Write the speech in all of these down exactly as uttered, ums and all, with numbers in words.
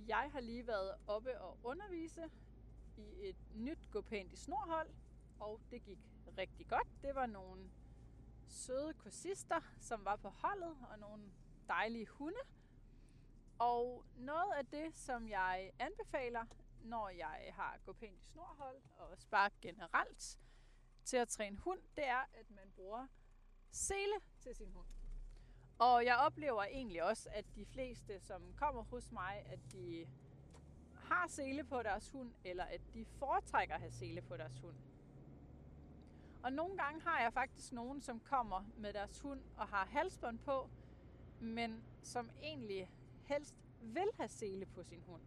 Jeg har lige været oppe og undervise i et nyt Gå Pænt i Snor-hold, og det gik rigtig godt. Det var nogle søde kursister, som var på holdet, og nogle dejlige hunde. Og noget af det, som jeg anbefaler, når jeg har Gå Pænt i Snor-hold, og også bare generelt til at træne hund, det er, at man bruger sele til sin hund. Og jeg oplever egentlig også, at de fleste, som kommer hos mig, at de har sele på deres hund, eller at de foretrækker at have sele på deres hund. Og nogle gange har jeg faktisk nogen, som kommer med deres hund og har halsbånd på, men som egentlig helst vil have sele på sin hund.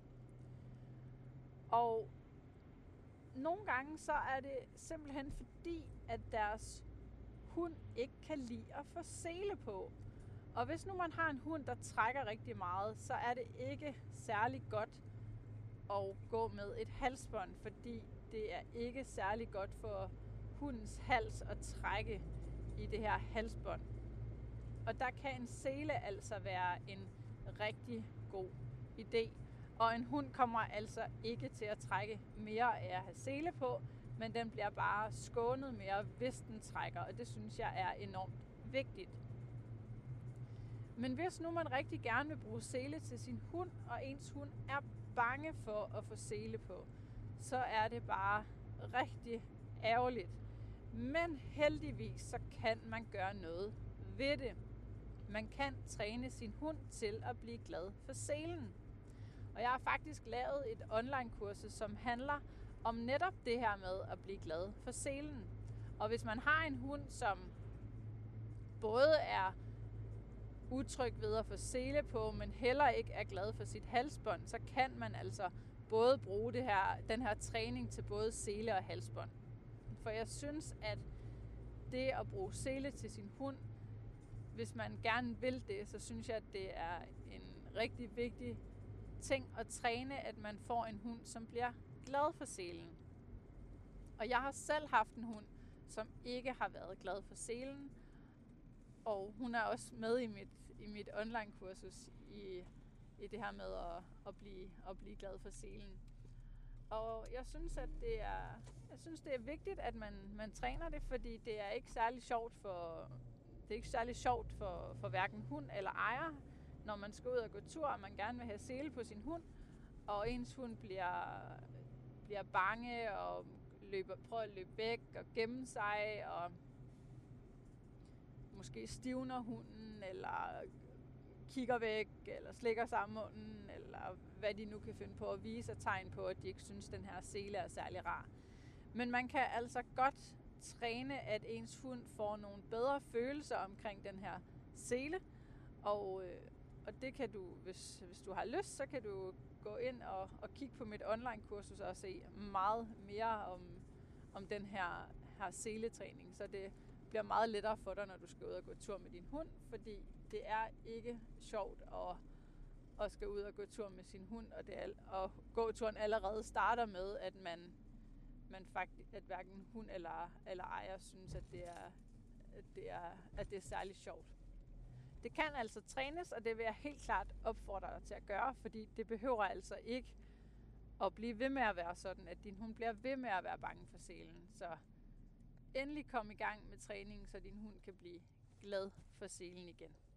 Og nogle gange så er det simpelthen fordi, at deres hund ikke kan lide at få sele på. Og hvis nu man har en hund, der trækker rigtig meget, så er det ikke særlig godt at gå med et halsbånd, fordi det er ikke særlig godt for hundens hals at trække i det her halsbånd. Og der kan en sele altså være en rigtig god idé. Og en hund kommer altså ikke til at trække mere af at have sele på, men den bliver bare skånet mere, hvis den trækker, og det synes jeg er enormt vigtigt. Men hvis nu man rigtig gerne vil bruge sele til sin hund, og ens hund er bange for at få sele på, så er det bare rigtig ærgerligt. Men heldigvis så kan man gøre noget ved det. Man kan træne sin hund til at blive glad for selen. Og jeg har faktisk lavet et online-kursus, som handler om netop det her med at blive glad for selen. Og hvis man har en hund, som både er utryg ved at få sele på, men heller ikke er glad for sit halsbånd, så kan man altså både bruge det her, den her træning til både sele og halsbånd. For jeg synes, at det at bruge sele til sin hund, hvis man gerne vil det, så synes jeg, at det er en rigtig vigtig ting at træne, at man får en hund, som bliver glad for selen. Og jeg har selv haft en hund, som ikke har været glad for selen, og hun er også med i mit, i mit online-kursus i, i det her med at, at, blive, at blive glad for selen. Og jeg synes, at det er, jeg synes, det er vigtigt, at man, man træner det, fordi det er ikke særlig sjovt for, det er ikke særlig sjovt for, for hverken hund eller ejer, når man skal ud og gå tur, og man gerne vil have sele på sin hund, og ens hund bliver, bliver bange og løber, prøver at løbe væk og gemme sig, og måske stivner hunden, eller kigger væk, eller slikker sig om munden, eller hvad de nu kan finde på at vise tegn på, at de ikke synes, at den her sele er særlig rar. Men man kan altså godt træne, at ens hund får nogle bedre følelser omkring den her sele, og, øh, og det kan du, hvis, hvis du har lyst, så kan du gå ind og, og kigge på mit online-kursus og se meget mere om, om den her, her seletræning, så det bliver meget lettere for dig, når du skal ud og gå tur med din hund, fordi det er ikke sjovt at, at skal ud og gå tur med sin hund, og, det er, og gåturen allerede starter med, at man, man faktisk, at hverken hund eller, eller ejer synes, at det, er, at, det er, at det er særlig sjovt. Det kan altså trænes, og det vil jeg helt klart opfordre dig til at gøre, fordi det behøver altså ikke at blive ved med at være sådan, at din hund bliver ved med at være bange for selen. Så endelig kom i gang med træningen, så din hund kan blive glad for selen igen.